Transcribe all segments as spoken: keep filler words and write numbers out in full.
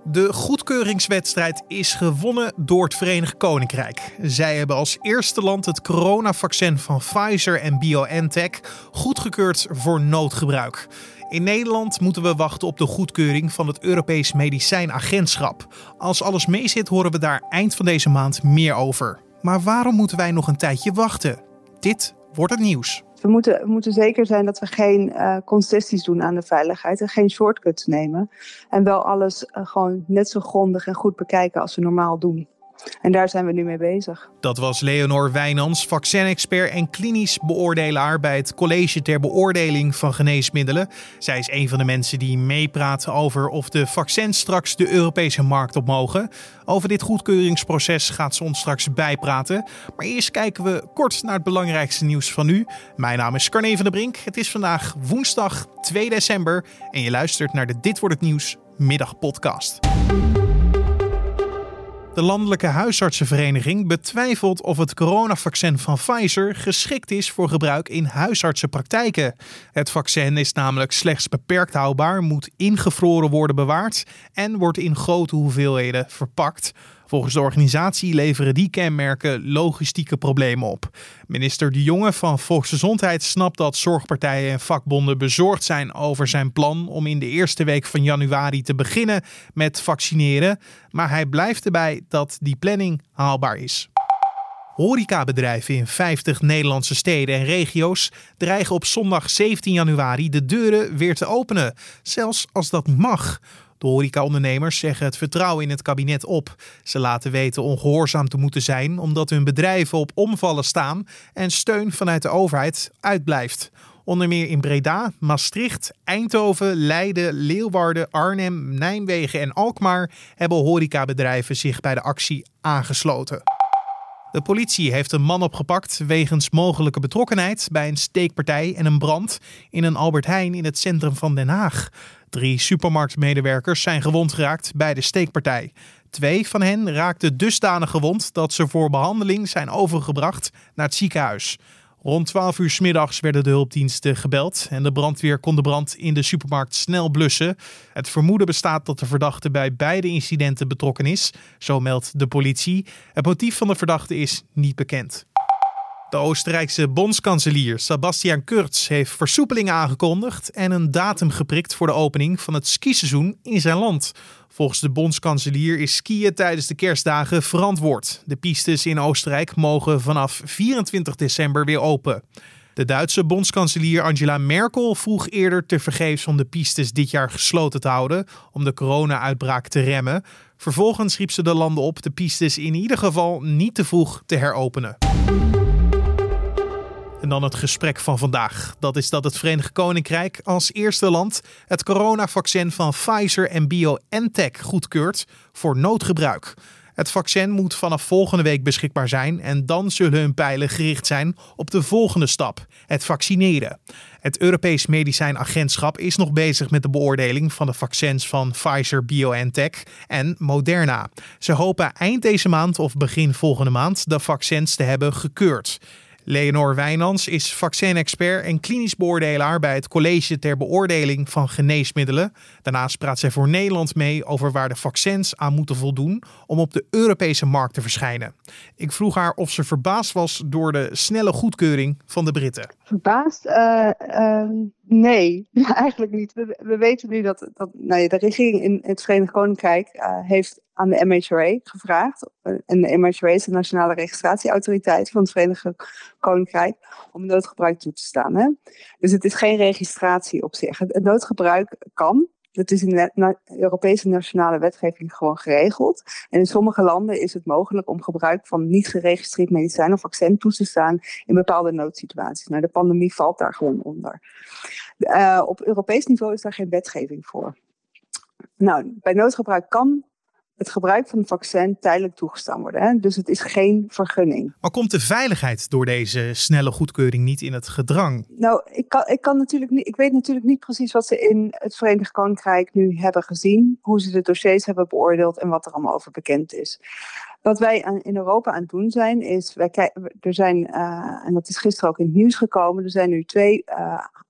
De goedkeuringswedstrijd is gewonnen door het Verenigd Koninkrijk. Zij hebben als eerste land het coronavaccin van Pfizer en BioNTech goedgekeurd voor noodgebruik. In Nederland moeten we wachten op de goedkeuring van het Europees Medicijnagentschap. Als alles meezit horen we daar eind van deze maand meer over. Maar waarom moeten wij nog een tijdje wachten? Dit wordt het nieuws. We moeten, we moeten zeker zijn dat we geen uh, concessies doen aan de veiligheid en geen shortcuts nemen. En wel alles uh, gewoon net zo grondig en goed bekijken als we normaal doen. En daar zijn we nu mee bezig. Dat was Leonor Wijnands, vaccinexpert en klinisch beoordelaar bij het College ter Beoordeling van Geneesmiddelen. Zij is een van de mensen die meepraat over of de vaccins straks de Europese markt op mogen. Over dit goedkeuringsproces gaat ze ons straks bijpraten. Maar eerst kijken we kort naar het belangrijkste nieuws van nu. Mijn naam is Carne van der Brink. Het is vandaag woensdag twee december en je luistert naar de Dit Wordt Het Nieuws middagpodcast. De Landelijke Huisartsenvereniging betwijfelt of het coronavaccin van Pfizer geschikt is voor gebruik in huisartsenpraktijken. Het vaccin is namelijk slechts beperkt houdbaar, moet ingevroren worden bewaard en wordt in grote hoeveelheden verpakt. Volgens de organisatie leveren die kenmerken logistieke problemen op. Minister De Jonge van Volksgezondheid snapt dat zorgpartijen en vakbonden bezorgd zijn over zijn plan om in de eerste week van januari te beginnen met vaccineren. Maar hij blijft erbij dat die planning haalbaar is. Horecabedrijven in vijftig Nederlandse steden en regio's dreigen op zondag zeventien januari de deuren weer te openen, zelfs als dat niet mag. De horecaondernemers zeggen het vertrouwen in het kabinet op. Ze laten weten ongehoorzaam te moeten zijn omdat hun bedrijven op omvallen staan en steun vanuit de overheid uitblijft. Onder meer in Breda, Maastricht, Eindhoven, Leiden, Leeuwarden, Arnhem, Nijmegen en Alkmaar hebben horecabedrijven zich bij de actie aangesloten. De politie heeft een man opgepakt wegens mogelijke betrokkenheid bij een steekpartij en een brand in een Albert Heijn in het centrum van Den Haag. Drie supermarktmedewerkers zijn gewond geraakt bij de steekpartij. Twee van hen raakten dusdanig gewond dat ze voor behandeling zijn overgebracht naar het ziekenhuis. Rond twaalf uur 's middags werden de hulpdiensten gebeld en de brandweer kon de brand in de supermarkt snel blussen. Het vermoeden bestaat dat de verdachte bij beide incidenten betrokken is, zo meldt de politie. Het motief van de verdachte is niet bekend. De Oostenrijkse bondskanselier Sebastian Kurz heeft versoepelingen aangekondigd en een datum geprikt voor de opening van het skiseizoen in zijn land. Volgens de bondskanselier is skiën tijdens de kerstdagen verantwoord. De pistes in Oostenrijk mogen vanaf vierentwintig december weer open. De Duitse bondskanselier Angela Merkel vroeg eerder tevergeefs om de pistes dit jaar gesloten te houden om de corona-uitbraak te remmen. Vervolgens riep ze de landen op de pistes in ieder geval niet te vroeg te heropenen. En dan het gesprek van vandaag. Dat is dat het Verenigd Koninkrijk als eerste land het coronavaccin van Pfizer en BioNTech goedkeurt voor noodgebruik. Het vaccin moet vanaf volgende week beschikbaar zijn en dan zullen hun pijlen gericht zijn op de volgende stap, het vaccineren. Het Europees Medicijnagentschap is nog bezig met de beoordeling van de vaccins van Pfizer, BioNTech en Moderna. Ze hopen eind deze maand of begin volgende maand de vaccins te hebben gekeurd. Leonor Wijnands is vaccinexpert en klinisch beoordelaar bij het College ter Beoordeling van Geneesmiddelen. Daarnaast praat zij voor Nederland mee over waar de vaccins aan moeten voldoen om op de Europese markt te verschijnen. Ik vroeg haar of ze verbaasd was door de snelle goedkeuring van de Britten. Verbaasd? Uh, uh, nee, eigenlijk niet. We, we weten nu dat, dat nou ja, de regering in het Verenigd Koninkrijk uh, heeft aan de M H R A gevraagd. En de M H R A is de Nationale Registratieautoriteit van het Verenigd Koninkrijk om noodgebruik toe te staan. Hè? Dus het is geen registratie op zich. Het, het noodgebruik kan. Dat is in de na- Europese nationale wetgeving gewoon geregeld. En in sommige landen is het mogelijk om gebruik van niet geregistreerd medicijn of vaccin toe te staan in bepaalde noodsituaties. Nou, de pandemie valt daar gewoon onder. Uh, op Europees niveau is daar geen wetgeving voor. Nou, bij noodgebruik kan het gebruik van het vaccin tijdelijk toegestaan worden. Hè? Dus het is geen vergunning. Maar komt de veiligheid door deze snelle goedkeuring niet in het gedrang? Nou, ik, kan, ik, kan natuurlijk niet, ik weet natuurlijk niet precies wat ze in het Verenigd Koninkrijk nu hebben gezien. Hoe ze de dossiers hebben beoordeeld en wat er allemaal over bekend is. Wat wij aan, in Europa aan het doen zijn, is... Wij, er zijn, uh, en dat is gisteren ook in het nieuws gekomen, er zijn nu twee... Uh,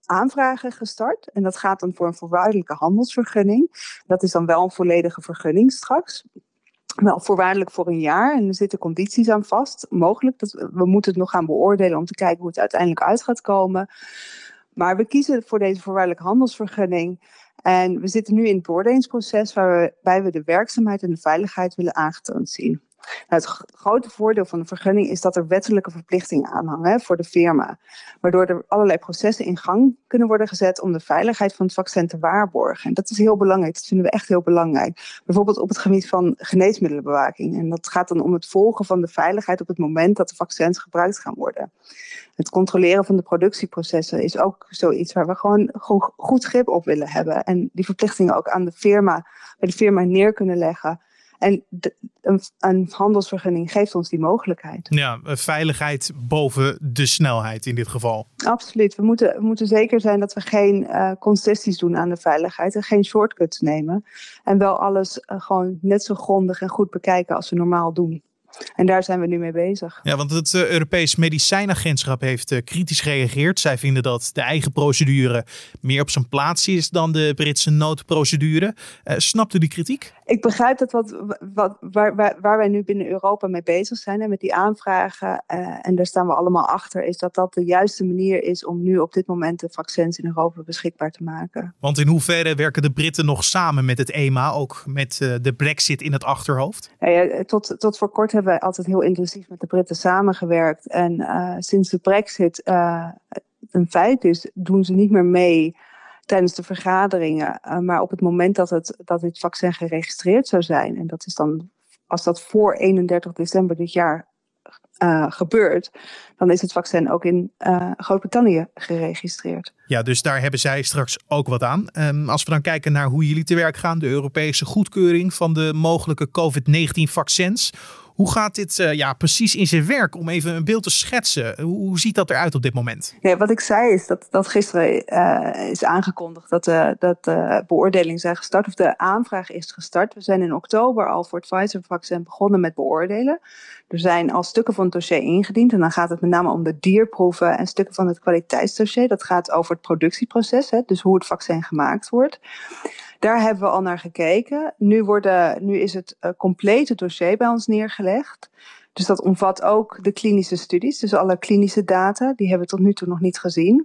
aanvragen gestart. En dat gaat dan voor een voorwaardelijke handelsvergunning. Dat is dan wel een volledige vergunning straks. Wel voorwaardelijk voor een jaar en er zitten condities aan vast. Mogelijk, dat we, we moeten het nog gaan beoordelen om te kijken hoe het uiteindelijk uit gaat komen. Maar we kiezen voor deze voorwaardelijke handelsvergunning. En we zitten nu in het beoordelingsproces waarbij we de werkzaamheid en de veiligheid willen aangetoond zien. Nou, het g- grote voordeel van de vergunning is dat er wettelijke verplichtingen aanhangen hè, voor de firma. Waardoor er allerlei processen in gang kunnen worden gezet om de veiligheid van het vaccin te waarborgen. En dat is heel belangrijk, dat vinden we echt heel belangrijk. Bijvoorbeeld op het gebied van geneesmiddelenbewaking. En dat gaat dan om het volgen van de veiligheid op het moment dat de vaccins gebruikt gaan worden. Het controleren van de productieprocessen is ook zoiets waar we gewoon, gewoon goed grip op willen hebben. En die verplichtingen ook aan de firma, bij de firma neer kunnen leggen. En de, een, een handelsvergunning geeft ons die mogelijkheid. Ja, veiligheid boven de snelheid in dit geval. Absoluut. We moeten, we moeten zeker zijn dat we geen uh, concessies doen aan de veiligheid en geen shortcuts nemen. En wel alles uh, gewoon net zo grondig en goed bekijken als we normaal doen. En daar zijn we nu mee bezig. Ja, want het uh, Europees Medicijnagentschap heeft uh, kritisch gereageerd. Zij vinden dat de eigen procedure meer op zijn plaats is dan de Britse noodprocedure. Uh, snapt u die kritiek? Ik begrijp dat wat, wat, waar, waar, waar wij nu binnen Europa mee bezig zijn, hè, met die aanvragen, uh, en daar staan we allemaal achter, is dat dat de juiste manier is om nu op dit moment de vaccins in Europa beschikbaar te maken. Want in hoeverre werken de Britten nog samen met het E M A, ook met uh, de Brexit in het achterhoofd? Ja, ja, tot, tot voor kort hebben wij altijd heel intensief met de Britten samengewerkt. En uh, sinds de Brexit uh, een feit is, doen ze niet meer mee tijdens de vergaderingen. Uh, maar op het moment dat, het, dat dit vaccin geregistreerd zou zijn, en dat is dan, als dat voor eenendertig december dit jaar uh, gebeurt, dan is het vaccin ook in uh, Groot-Brittannië geregistreerd. Ja, dus daar hebben zij straks ook wat aan. Um, als we dan kijken naar hoe jullie te werk gaan, de Europese goedkeuring van de mogelijke covid negentien vaccins. Hoe gaat dit uh, ja, precies in zijn werk? Om even een beeld te schetsen. Hoe, hoe ziet dat eruit op dit moment? Ja, wat ik zei is dat, dat gisteren uh, is aangekondigd dat de dat de beoordelingen zijn gestart. Of de aanvraag is gestart. We zijn in oktober al voor het Pfizer-vaccin begonnen met beoordelen. Er zijn al stukken van het dossier ingediend. En dan gaat het met name om de dierproeven en stukken van het kwaliteitsdossier. Dat gaat over het productieproces, hè, dus hoe het vaccin gemaakt wordt. Daar hebben we al naar gekeken. Nu, worden, nu is het uh, complete dossier bij ons neergelegd. Dus dat omvat ook de klinische studies. Dus alle klinische data, die hebben we tot nu toe nog niet gezien.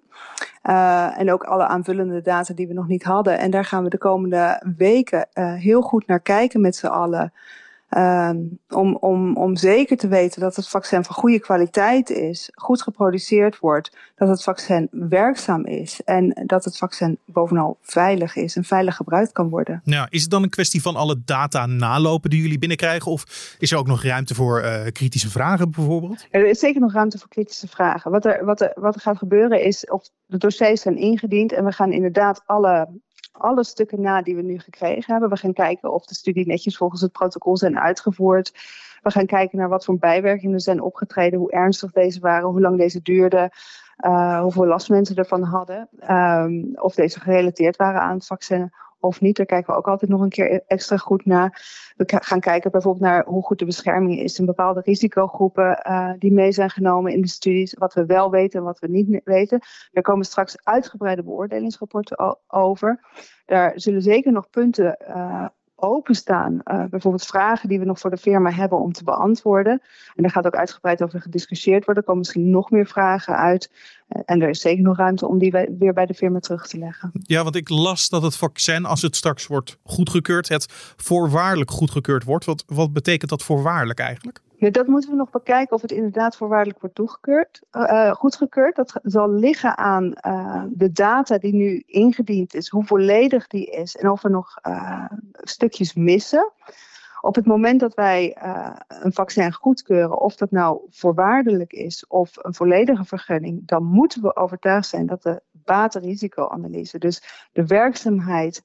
Uh, en ook alle aanvullende data die we nog niet hadden. En daar gaan we de komende weken uh, heel goed naar kijken met z'n allen. Um, om, om, om zeker te weten dat het vaccin van goede kwaliteit is, goed geproduceerd wordt, dat het vaccin werkzaam is en dat het vaccin bovenal veilig is en veilig gebruikt kan worden. Ja, is het dan een kwestie van alle data nalopen die jullie binnenkrijgen of is er ook nog ruimte voor uh, kritische vragen bijvoorbeeld? Er is zeker nog ruimte voor kritische vragen. Wat er, wat er, wat er gaat gebeuren is, of de dossiers zijn ingediend en we gaan inderdaad alle... alle stukken na die we nu gekregen hebben. We gaan kijken of de studie netjes volgens het protocol zijn uitgevoerd. We gaan kijken naar wat voor bijwerkingen er zijn opgetreden, hoe ernstig deze waren, hoe lang deze duurden, uh, hoeveel last mensen ervan hadden, um, of deze gerelateerd waren aan het vaccin of niet. Daar kijken we ook altijd nog een keer extra goed naar. We gaan kijken bijvoorbeeld naar hoe goed de bescherming is in bepaalde risicogroepen uh, die mee zijn genomen in de studies. Wat we wel weten en wat we niet weten. Er komen straks uitgebreide beoordelingsrapporten over. Daar zullen zeker nog punten uh, openstaan. Uh, bijvoorbeeld vragen die we nog voor de firma hebben om te beantwoorden. En daar gaat ook uitgebreid over gediscussieerd worden. Er komen misschien nog meer vragen uit. Uh, en er is zeker nog ruimte om die bij, weer bij de firma terug te leggen. Ja, want ik las dat het vaccin, als het straks wordt goedgekeurd, het voorwaardelijk goedgekeurd wordt. Wat, wat betekent dat voorwaardelijk eigenlijk? Ja, dat moeten we nog bekijken of het inderdaad voorwaardelijk wordt toegekeurd, uh, goedgekeurd. Dat zal liggen aan uh, de data die nu ingediend is, hoe volledig die is en of er nog uh, stukjes missen. Op het moment dat wij uh, een vaccin goedkeuren, of dat nou voorwaardelijk is of een volledige vergunning, dan moeten we overtuigd zijn dat de baten-risico-analyse, dus de werkzaamheid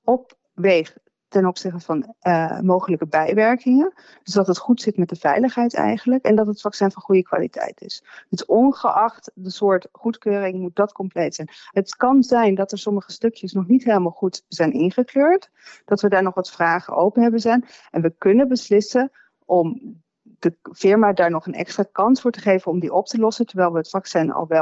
opweegt ten opzichte van uh, mogelijke bijwerkingen. Dus dat het goed zit met de veiligheid eigenlijk. En dat het vaccin van goede kwaliteit is. Dus ongeacht de soort goedkeuring moet dat compleet zijn. Het kan zijn dat er sommige stukjes nog niet helemaal goed zijn ingekleurd. Dat we daar nog wat vragen open hebben zijn. En we kunnen beslissen om de firma daar nog een extra kans voor te geven om die op te lossen. Terwijl we het vaccin al wel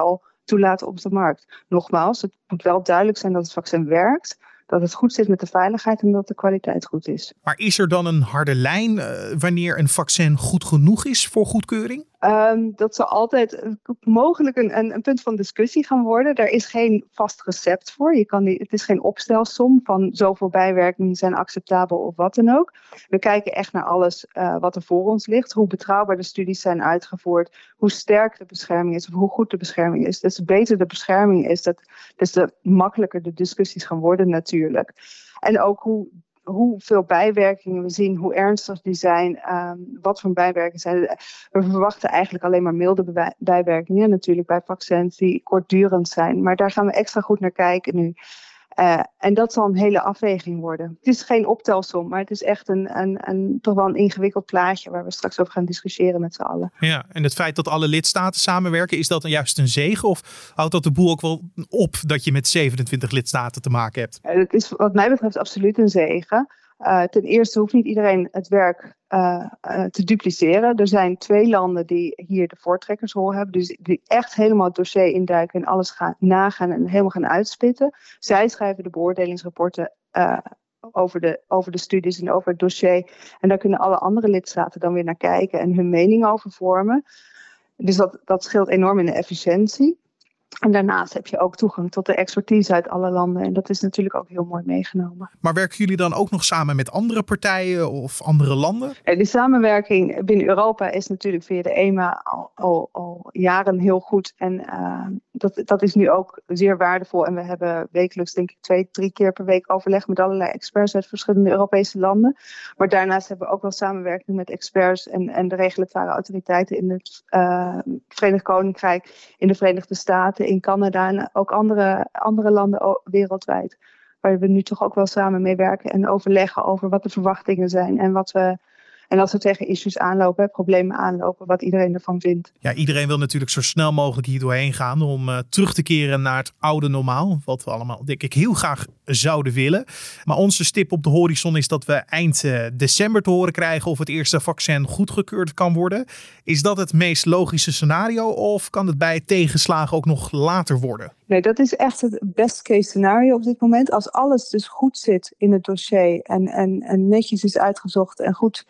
toelaten op de markt. Nogmaals, het moet wel duidelijk zijn dat het vaccin werkt, dat het goed zit met de veiligheid en dat de kwaliteit goed is. Maar is er dan een harde lijn uh, wanneer een vaccin goed genoeg is voor goedkeuring? Um, dat zal altijd uh, mogelijk een, een, een punt van discussie gaan worden. Er is geen vast recept voor. Je kan niet, het is geen opstelsom van zoveel bijwerkingen zijn acceptabel of wat dan ook. We kijken echt naar alles uh, wat er voor ons ligt. Hoe betrouwbaar de studies zijn uitgevoerd. Hoe sterk de bescherming is of hoe goed de bescherming is. Des te beter de bescherming is, dat, des te makkelijker de discussies gaan worden natuurlijk. En ook hoe... hoeveel bijwerkingen we zien, hoe ernstig die zijn, um, wat voor bijwerkingen zijn. We verwachten eigenlijk alleen maar milde bij- bijwerkingen natuurlijk bij vaccins die kortdurend zijn. Maar daar gaan we extra goed naar kijken nu. Uh, en dat zal een hele afweging worden. Het is geen optelsom, maar het is echt een, een, een, toch wel een ingewikkeld plaatje waar we straks over gaan discussiëren met z'n allen. Ja, en het feit dat alle lidstaten samenwerken, is dat dan juist een zegen? Of houdt dat de boel ook wel op dat je met zevenentwintig lidstaten te maken hebt? Uh, het is wat mij betreft absoluut een zegen. Uh, ten eerste hoeft niet iedereen het werk uh, uh, te dupliceren. Er zijn twee landen die hier de voortrekkersrol hebben. Dus die echt helemaal het dossier induiken en alles gaan nagaan en helemaal gaan uitspitten. Zij schrijven de beoordelingsrapporten uh, over, de, over de studies en over het dossier. En daar kunnen alle andere lidstaten dan weer naar kijken en hun mening over vormen. Dus dat, dat scheelt enorm in de efficiëntie. En daarnaast heb je ook toegang tot de expertise uit alle landen. En dat is natuurlijk ook heel mooi meegenomen. Maar werken jullie dan ook nog samen met andere partijen of andere landen? Ja, die samenwerking binnen Europa is natuurlijk via de E M A al, al, al jaren heel goed. En uh, dat, dat is nu ook zeer waardevol. En we hebben wekelijks denk ik twee, drie keer per week overleg met allerlei experts uit verschillende Europese landen. Maar daarnaast hebben we ook wel samenwerking met experts en, en de regulatoire autoriteiten in het uh, Verenigd Koninkrijk, in de Verenigde Staten, in Canada en ook andere, andere landen wereldwijd. Waar we nu toch ook wel samen mee werken en overleggen over wat de verwachtingen zijn. En, wat we, en als we tegen issues aanlopen, problemen aanlopen, wat iedereen ervan vindt. Ja, iedereen wil natuurlijk zo snel mogelijk hier doorheen gaan om uh, terug te keren naar het oude normaal. Wat we allemaal, denk ik, heel graag zouden willen. Maar onze stip op de horizon is dat we eind uh, december te horen krijgen of het eerste vaccin goedgekeurd kan worden. Is dat het meest logische scenario of kan het bij tegenslagen ook nog later worden? Nee, dat is echt het best case scenario op dit moment. Als alles dus goed zit in het dossier en, en, en netjes is uitgezocht en goed...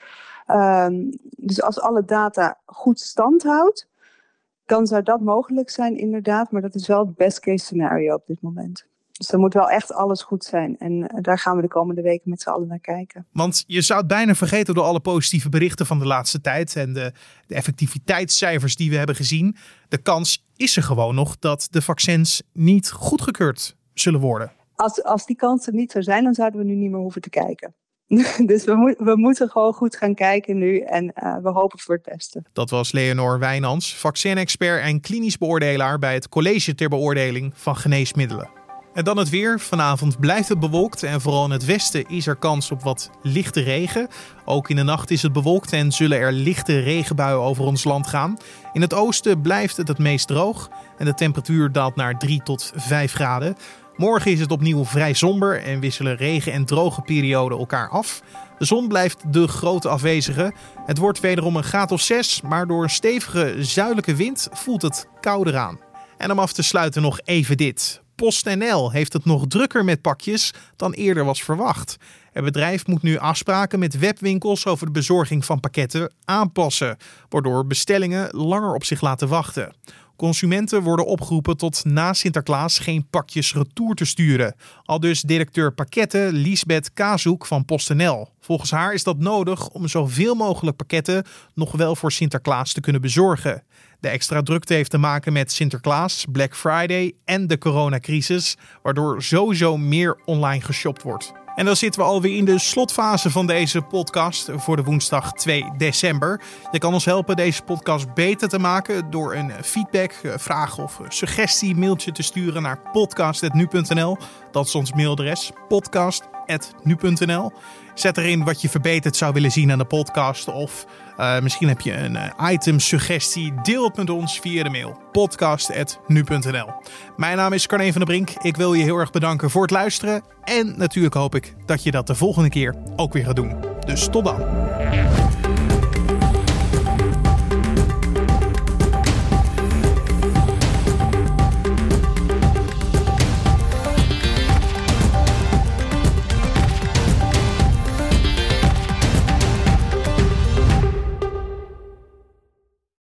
Um, dus als alle data goed stand houdt, dan zou dat mogelijk zijn inderdaad. Maar dat is wel het best case scenario op dit moment. Dus dan moet wel echt alles goed zijn. En daar gaan we de komende weken met z'n allen naar kijken. Want je zou het bijna vergeten door alle positieve berichten van de laatste tijd. En de, de effectiviteitscijfers die we hebben gezien. De kans is er gewoon nog dat de vaccins niet goedgekeurd zullen worden. Als, als die kans er niet zou zijn, dan zouden we nu niet meer hoeven te kijken. Dus we, mo- we moeten gewoon goed gaan kijken nu en uh, we hopen voor het beste. Dat was Leonor Wijnands, vaccinexpert en klinisch beoordelaar bij het College ter Beoordeling van Geneesmiddelen. En dan het weer. Vanavond blijft het bewolkt en vooral in het westen is er kans op wat lichte regen. Ook in de nacht is het bewolkt en zullen er lichte regenbuien over ons land gaan. In het oosten blijft het het meest droog en de temperatuur daalt naar drie tot vijf graden. Morgen is het opnieuw vrij somber en wisselen regen- en droge perioden elkaar af. De zon blijft de grote afwezige. Het wordt wederom een graad of zes, maar door een stevige zuidelijke wind voelt het kouder aan. En om af te sluiten nog even dit. PostNL heeft het nog drukker met pakjes dan eerder was verwacht. Het bedrijf moet nu afspraken met webwinkels over de bezorging van pakketten aanpassen, waardoor bestellingen langer op zich laten wachten. Consumenten worden opgeroepen tot na Sinterklaas geen pakjes retour te sturen. Aldus directeur pakketten Liesbeth Kazoek van PostNL. Volgens haar is dat nodig om zoveel mogelijk pakketten nog wel voor Sinterklaas te kunnen bezorgen. De extra drukte heeft te maken met Sinterklaas, Black Friday en de coronacrisis, waardoor sowieso meer online geshopt wordt. En dan zitten we alweer in de slotfase van deze podcast voor de woensdag twee december. Je kan ons helpen deze podcast beter te maken door een feedback, vraag of suggestie mailtje te sturen naar podcast punt nu punt n l. Dat is ons mailadres, podcast punt nu punt n l. Zet erin wat je verbeterd zou willen zien aan de podcast of uh, misschien heb je een uh, item suggestie. Deel het met ons via de mail podcast punt nu punt n l. Mijn naam is Carne van der Brink. Ik wil je heel erg bedanken voor het luisteren. En natuurlijk hoop ik dat je dat de volgende keer ook weer gaat doen. Dus tot dan.